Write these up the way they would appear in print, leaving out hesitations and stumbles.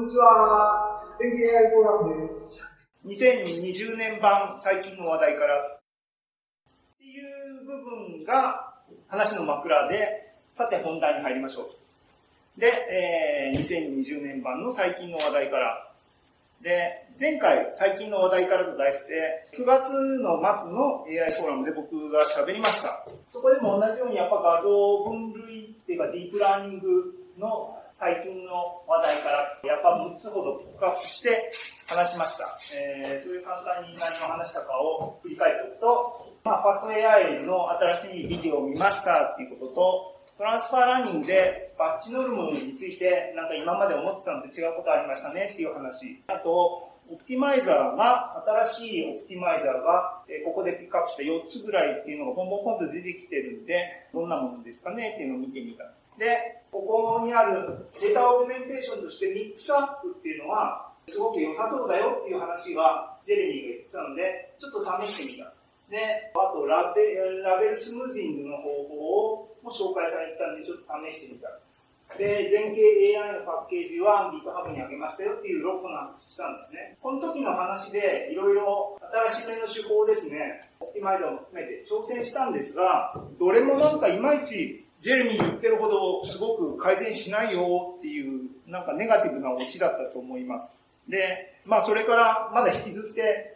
にちは。電気 AI フォーラムです。 2020年版最近の話題からっていう部分が話の枕で、さて本題に入りましょう。で、2020年版の最近の話題から。で、前回最近の話題からと題して、9月の末の AI フォーラムで僕が喋りました。そこでも同じようにやっぱ画像分類っていうかディープラーニングの最近の話題からやっぱ6つほどピックアップして話しました。それ簡単に何を話したかを振り返っておくと、ファスト AI の新しいビデオを見ましたっていうことと、トランスファーラーニングでバッチノルムについてなんか今まで思ってたのと違うことありましたねっていう話。あと、オプティマイザーが、新しいオプティマイザーが、ここでピックアップした4つぐらいっていうのがポンポンポンと出てきてるんで、どんなものですかねっていうのを見てみた。で、ここにあるデータオーグメンテーションとしてミックスアップっていうのは、すごく良さそうだよっていう話がジェレミーが言ってたので、ちょっと試してみた。で、あとラベルスムージングの方法も紹介されてたんで、ちょっと試してみた。で、全景 AI のパッケージは GitHub にあげましたよっていう6個の話したんですね。この時の話で、いろいろ新しめの手法ですね、オプティマイザーも含めて挑戦したんですが、どれもなんかいまいちジェレミー言ってるほどすごく改善しないよっていう、なんかネガティブなオチだったと思います。で、それからまだ引きずって、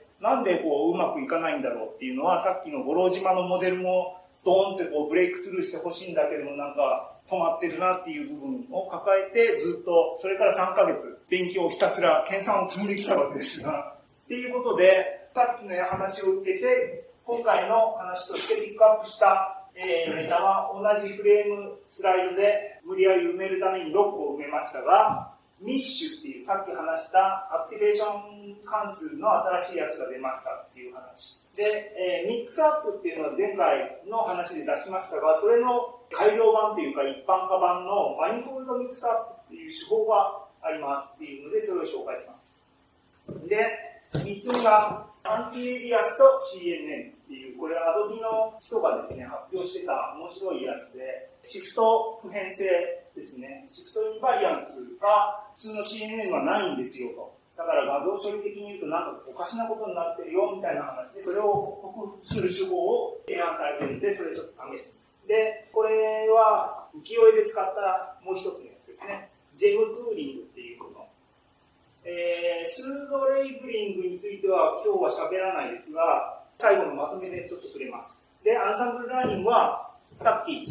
なんでうまくいかないんだろうっていうのは、さっきの五郎島のモデルもドーンってブレイクスルーしてほしいんだけども、なんか止まってるなっていう部分を抱えて、ずっとそれから3ヶ月勉強をひたすら研鑽を積んできたわけですが、っていうことで、さっきの話を受けて、今回の話としてピックアップしたネタは同じフレームスライドで無理やり埋めるために6個埋めましたが、ミッシュっていうさっき話したアクティベーション関数の新しいやつが出ましたっていう話。で、ミックスアップっていうのは前回の話で出しましたが、それの改良版っていうか一般化版のマニフォールドミックスアップっていう手法がありますっていうので、それを紹介します。で、3つ目がアンティエリアスと CNN っていう、これは Adobe の人がですね、発表してた面白いやつで、シフト普遍性ですね、シフトインバリアンスが普通の CNN はないんですよと。だから画像処理的に言うとなんかおかしなことになってるよみたいな話で、それを克服する手法を提案されてるんで、それちょっと試してみる。で、これは浮世絵で使ったもう一つのやつですね。ジェムトゥーリングっていうもの。スードレイブリングについては今日は喋らないですが、最後のまとめでちょっと触れます。で、アンサンブルラーニングは、さっき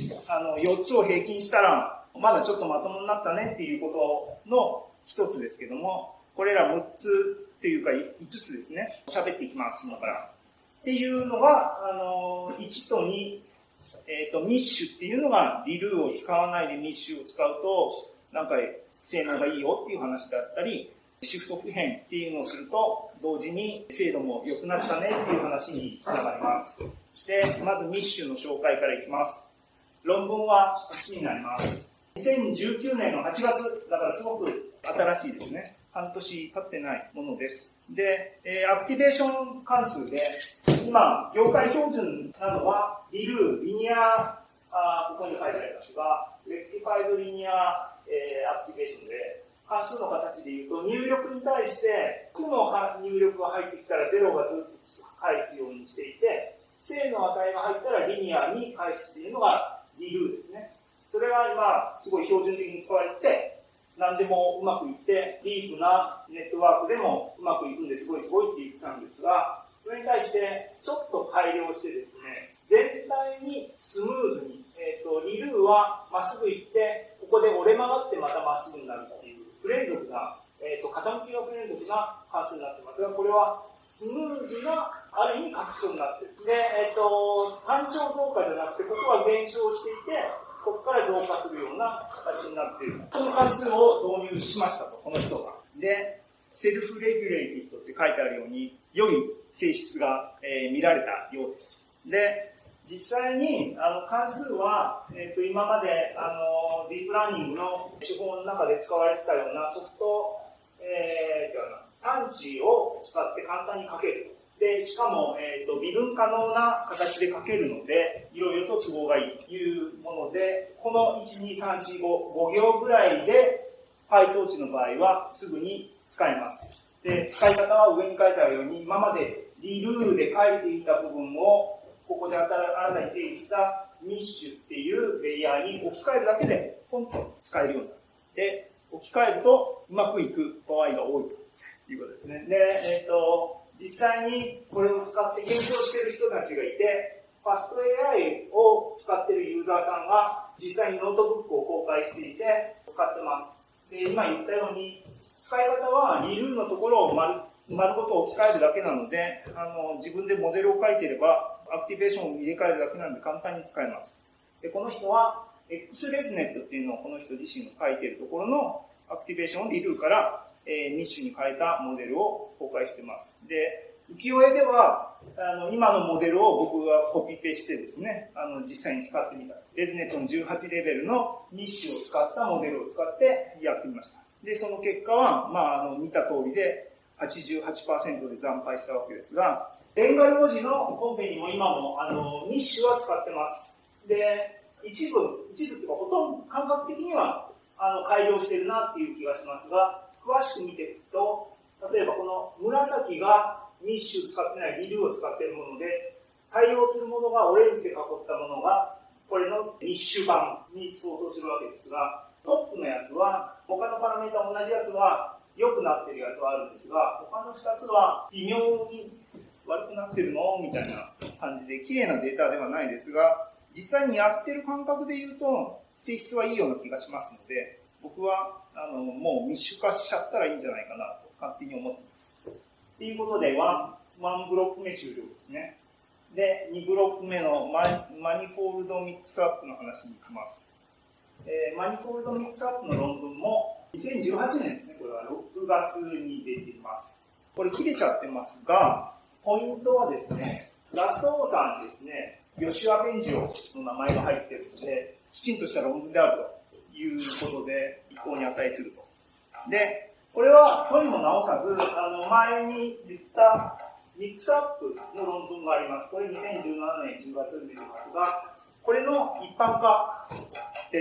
4つを平均したら、まだちょっとまともになったねっていうことの一つですけども、これら6つっていうか5つですね、喋っていきます、今から。っていうのが、1と2、ミッシュっていうのがリルーを使わないでミッシュを使うと、なんか性能がいいよっていう話だったり、シフト普遍っていうのをすると、同時に精度も良くなったねっていう話につながります。で、まずミッシュの紹介からいきます。論文はこっちになります。2019年の8月、だからすごく新しいですね。半年経ってないものです。で、アクティベーション関数で、今、業界標準なのは、リルー、リニア、ここに書いてありますが、レクティファイドリニア、アクティベーションで、関数の形で言うと、入力に対して、負の入力が入ってきたら0がずっと返すようにしていて、正の値が入ったらリニアに返すっていうのがリルーですね。それが今、すごい標準的に使われて、何でもうまくいって、ディープなネットワークでもうまくいくんですごいすごいって言ってたんですが、それに対して、ちょっと改良してですね、全体にスムーズに、リルーはまっすぐ行って、ここで折れ曲がってまたまっすぐになるっていう、不連続な、傾きが不連続な関数になってますが、これはスムーズな、ある意味拡張になっている。で、単調増加じゃなくて、ここは減少していて、ここから増加するような形になっている。この関数を導入しましたと、この人が。で、セルフレギュレイティッドって書いてあるように、良い性質が、見られたようです。で、実際に関数は、今までディープラーニングの手法の中で使われてたようなソフト、探知を使って簡単に書ける。で、しかも、微分可能な形で書けるので、いろいろと都合がいいというもので、この1、2、3、4、5、5行ぐらいで PyTorch の場合はすぐに使えます。で、使い方は上に書いてあるように、今までリルーで書いていた部分を、ここで新たに定義したミッシュっていうレイヤーに置き換えるだけで、ポンと使えるようになる。で、置き換えるとうまくいく場合が多いということですね。で、実際にこれを使って検証している人たちがいて、ファスト AI を使っているユーザーさんが実際にノートブックを公開していて使ってます。で、今言ったように、使い方はリルーのところを丸ごと置き換えるだけなので、自分でモデルを書いていれば、アクティベーションを入れ替えるだけなので簡単に使えます。で、この人は、XResNet っていうのをこの人自身が書いているところのアクティベーションをリルーから、ミッシュに変えたモデルを公開しています。で、浮世絵では、今のモデルを僕がコピペしてですね、実際に使ってみた。レズネットの18レベルのミッシュを使ったモデルを使ってやってみました。で、その結果は、見た通りで 88% で惨敗したわけですが、ベンガル文字のコンペにも今も、ミッシュは使ってます。で、一部っていうか、ほとんど感覚的には、改良してるなっていう気がしますが、詳しく見ていくと、例えばこの紫がミッシュ使ってないリルーを使っているもので、対応するものがオレンジで囲ったものが、これのミッシュ版に相当するわけですが、トップのやつは、他のパラメータ同じやつは良くなってるやつはあるんですが、他の2つは微妙に悪くなってるのみたいな感じで、綺麗なデータではないですが、実際にやってる感覚で言うと、性質はいいような気がしますので、僕はもうミッシュ化しちゃったらいいんじゃないかなと勝手に思っています。ということで、1ブロック目終了ですね。で、2ブロック目のマニフォールドミックスアップの話に行きます。マニフォールドミックスアップの論文も2018年ですね、これは6月に出ています。これ切れちゃってますが、ポイントはですね、ラストオーさんにですね、ヨシュア・ベンジオの名前が入っているので、きちんとした論文であるということで、一向に値すると。で、これはとにもなおさず、前に言ったミックスアップの論文があります。これ2017年10月に出てますが、これの一般化です。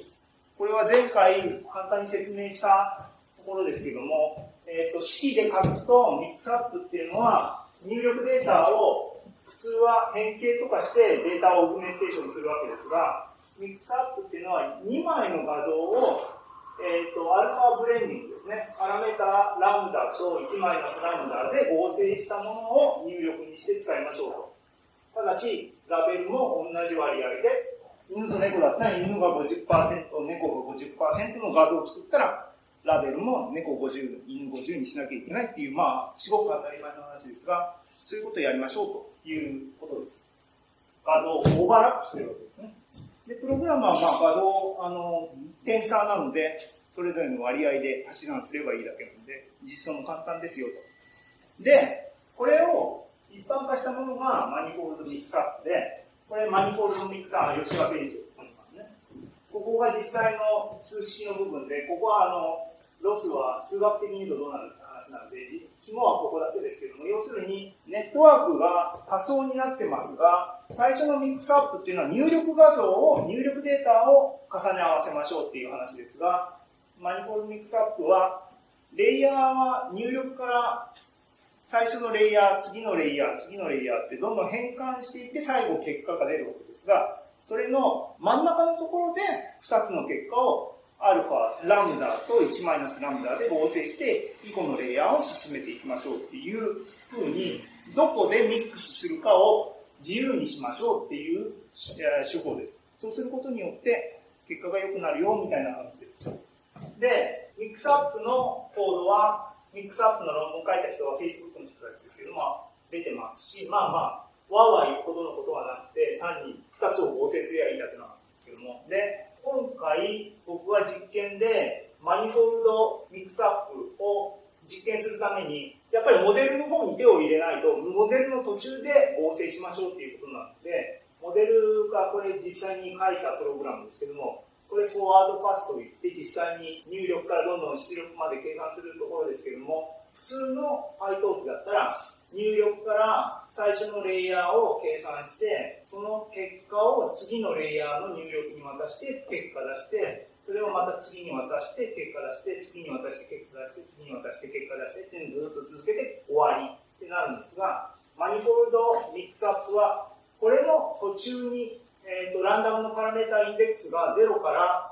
これは前回簡単に説明したところですけども、式で書くとミックスアップっていうのは入力データを普通は変形とかしてデータをオグメンテーションするわけですが、ミックスアップっていうのは2枚の画像をアルファブレンディングですね。パラメータラムダと1マイナスラムダで合成したものを入力にして使いましょうと。ただし、ラベルも同じ割合で、犬と猫だったら犬が 50%、猫が 50% の画像を作ったら、ラベルも猫50、犬50にしなきゃいけないっていう、すごく当たり前の話ですが、そういうことをやりましょうということです。画像をオーバーラップしてるわけですね。で、プログラムは画像、テンサーなので、それぞれの割合で足し算すればいいだけなので、実装も簡単ですよと。で、これを一般化したものがマニフォールドミックスアップで、これマニフォールドミックスアップは吉川ページを読みますね。ここが実際の数式の部分で、ここはロスは数学的に言うとどうなるって話なので、肝はここだけですけども、要するにネットワークが多層になってますが、最初のミックスアップっていうのは入力データを重ね合わせましょうっていう話ですが、マニフォールドミックスアップは、レイヤーは入力から最初のレイヤー、次のレイヤーってどんどん変換していって最後結果が出るわけですが、それの真ん中のところで2つの結果をアルファ、ラムダと1マイナスラムダで合成して以降のレイヤーを進めていきましょうっていう風に、どこでミックスするかを自由にしましょうっていう手法です。そうすることによって結果が良くなるよみたいな話です。で、ミックスアップのコードは、ミックスアップの論文を書いた人は Facebook の人たちですけども、出てますし、わーわー言うほどのことはなくて、単に2つを合成すればいいだけなんですけども、で、今回僕は実験でマニフォールドミックスアップを実験するために、やっぱりモデルの方に手を入れないと、モデルの途中で合成しましょうっていうことなので、モデルがこれ実際に書いたプログラムですけども、これフォワードパスといって実際に入力からどんどん出力まで計算するところですけども、普通の PyTorch だったら入力から最初のレイヤーを計算して、その結果を次のレイヤーの入力に渡して結果出して、 それをまた次に渡して、結果出して、次に渡して、結果出して、次に渡して、結果出してっていうのをずっと続けて終わりってなるんですが、マニフォールドミックスアップは、これの途中に、ランダムのパラメータインデックスが0から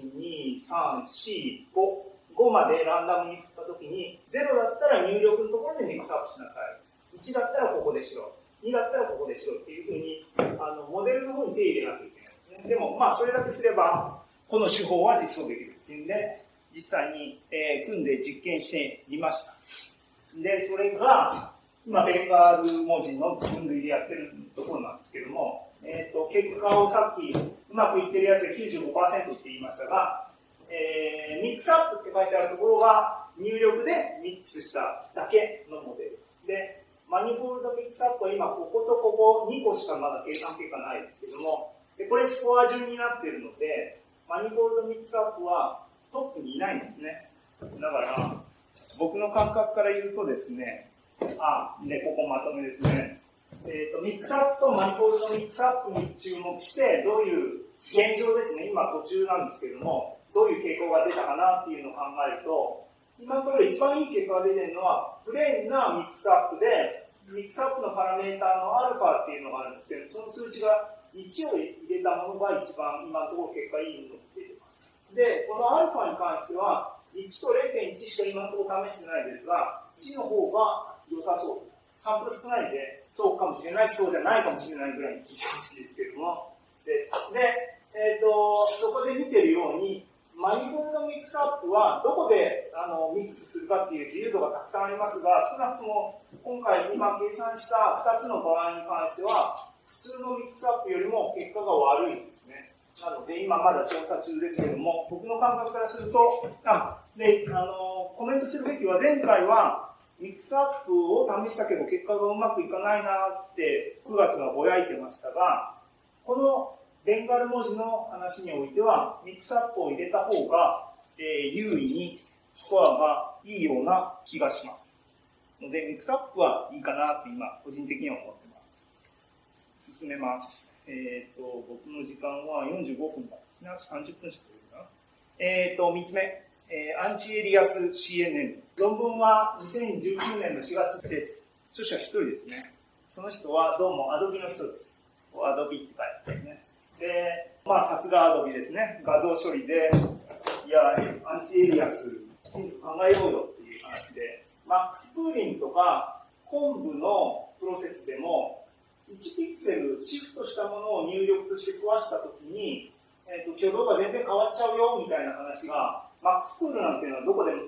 1、2、3、4、5までランダムに振ったときに、0だったら入力のところでミックスアップしなさい。1だったらここでしろ。2だったらここでしろっていうふうに、モデルの方に手入れなきゃいけないんですね。でも、それだけすれば、この手法は実装できるっていうんで、実際に、組んで実験してみました。で、それが、今、ベンガール文字の分類でやってるところなんですけども、結果をさっき、うまくいってるやつが 95% って言いましたが、ミックスアップって書いてあるところが入力でミックスしただけのモデル。で、マニフォールドミックスアップは今、こことここ2個しかまだ計算結果ないですけども、でこれスコア順になってるので、マニフォールドミックスアップはトップにいないんですね。だから、僕の感覚から言うとですね、で、ここまとめですね。ミックスアップとマニフォールドミックスアップに注目して、どういう現状ですね、今途中なんですけども、どういう傾向が出たかなっていうのを考えると、今のところ一番いい結果が出てるのは、プレーンなミックスアップで、ミックスアップのパラメーターのアルファっていうのがあるんですけど、その数値が1を入れたものが一番今のところ結果いいのが出てます。で、このアルファに関しては、1と 0.1 しか今のところ試してないですが、1の方が良さそう。サンプル少ないんで、そうかもしれないし、そうじゃないかもしれないぐらいに聞いてほしいですけども。で、そこで見てるように、マニフォールドミックスアップはどこでミックスするかっていう自由度がたくさんありますが、少なくとも今回今計算した2つの場合に関しては、普通のミックスアップよりも結果が悪いんですね。なので、今まだ調査中ですけども、僕の感覚からすると、コメントするべきは前回は、ミックスアップを試したけど結果がうまくいかないなって9月はぼやいてましたが、このベンガル文字の話においては、ミックスアップを入れた方が、優位にスコアがいいような気がします。ので、ミックスアップはいいかなって今、個人的には思ってます。進めます。僕の時間は45分なんですね。あと30分しかいるかな。3つ目。アンチエリアス CNN。論文は2019年の4月です。著者1人ですね。その人はどうも Adobe の人です。Adobe って書いてあるんですね。で、さすが Adobe ですね。画像処理で、いや、アンチエリアスきちんと考えようよっていう話で、マックスプーリンとか昆布のプロセスでも、1ピクセルシフトしたものを入力として壊したときに、挙動が全然変わっちゃうよみたいな話が、マックスプールなんていうのはどこでも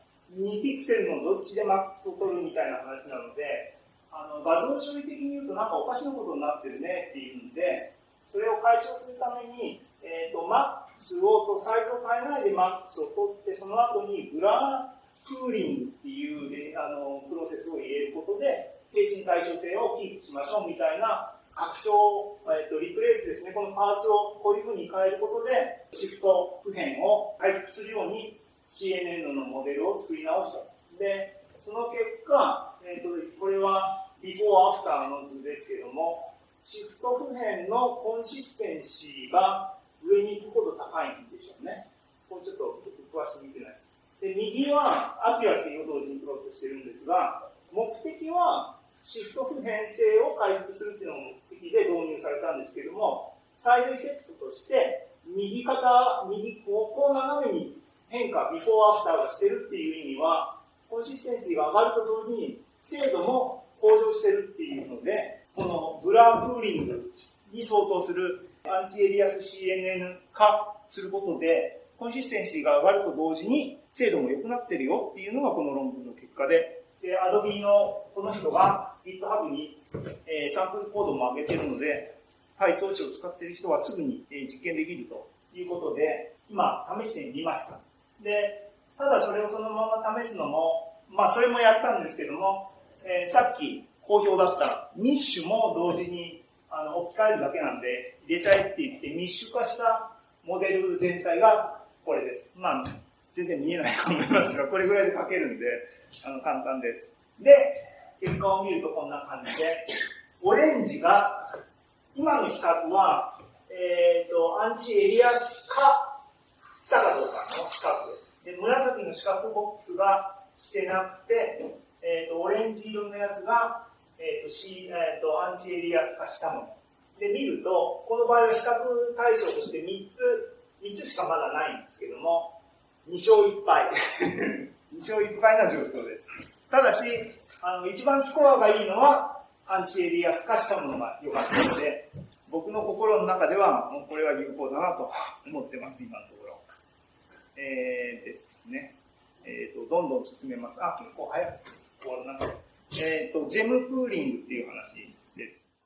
2ピクセルのどっちでマックスを取るみたいな話なので、画像処理的に言うとなんかおかしなことになってるねっていうんで、それを解消するために、マックスをとサイズを変えないでマックスを取って、その後にブラークーリングっていうプロセスを入れることで、低心対称性をキープしましょうみたいな拡張、リプレイスですね。このパーツをこういう風に変えることで、シフト不変を回復するように CNN のモデルを作り直した。で、その結果、これはビフォーアフターの図ですけども、シフト不変のコンシステンシーが上に行くほど高いんでしょうね。これちょっと詳しく見てないです。で、右はアキュラシーを同時にプロットしてるんですが、目的はシフト不変性を回復するっていうのが目的で導入されたんですけども、サイドエフェクトとして、右こう斜めに変化、ビフォーアフターがしてるっていう意味は、コンシステンシーが上がると同時に精度も向上してるっていうので、このブラークーリングに相当するアンチエリアス CNN 化することで、コンシステンシーが上がると同時に精度も良くなってるよっていうのがこの論文の結果で、Adobe のこの人が GitHub に、サンプルコードも上げているので、PyTorch を使っている人はすぐに、実験できるということで、今試してみました。で、ただそれをそのまま試すのも、それもやったんですけども、さっき好評だったミッシュも同時に置き換えるだけなんで入れちゃえって言ってミッシュ化したモデル全体がこれです。全然見えないと思いますが、これぐらいで書けるんで、簡単です。で、結果を見るとこんな感じで、オレンジが、今の比較は、アンチエリアス化したかどうかの比較です。で、紫の四角ボックスがしてなくて、オレンジ色のやつが、アンチエリアス化したもの。で、見ると、この場合は比較対象として3つしかまだないんですけども、2勝1敗。2勝1敗な状況です。ただし、一番スコアがいいのは、アンチエリアス化したものが良かったので、僕の心の中では、もうこれは有効だなと思ってます、今のところ。ですね。どんどん進めます。結構早くスコアの中で。ジェムプーリングっていう話です。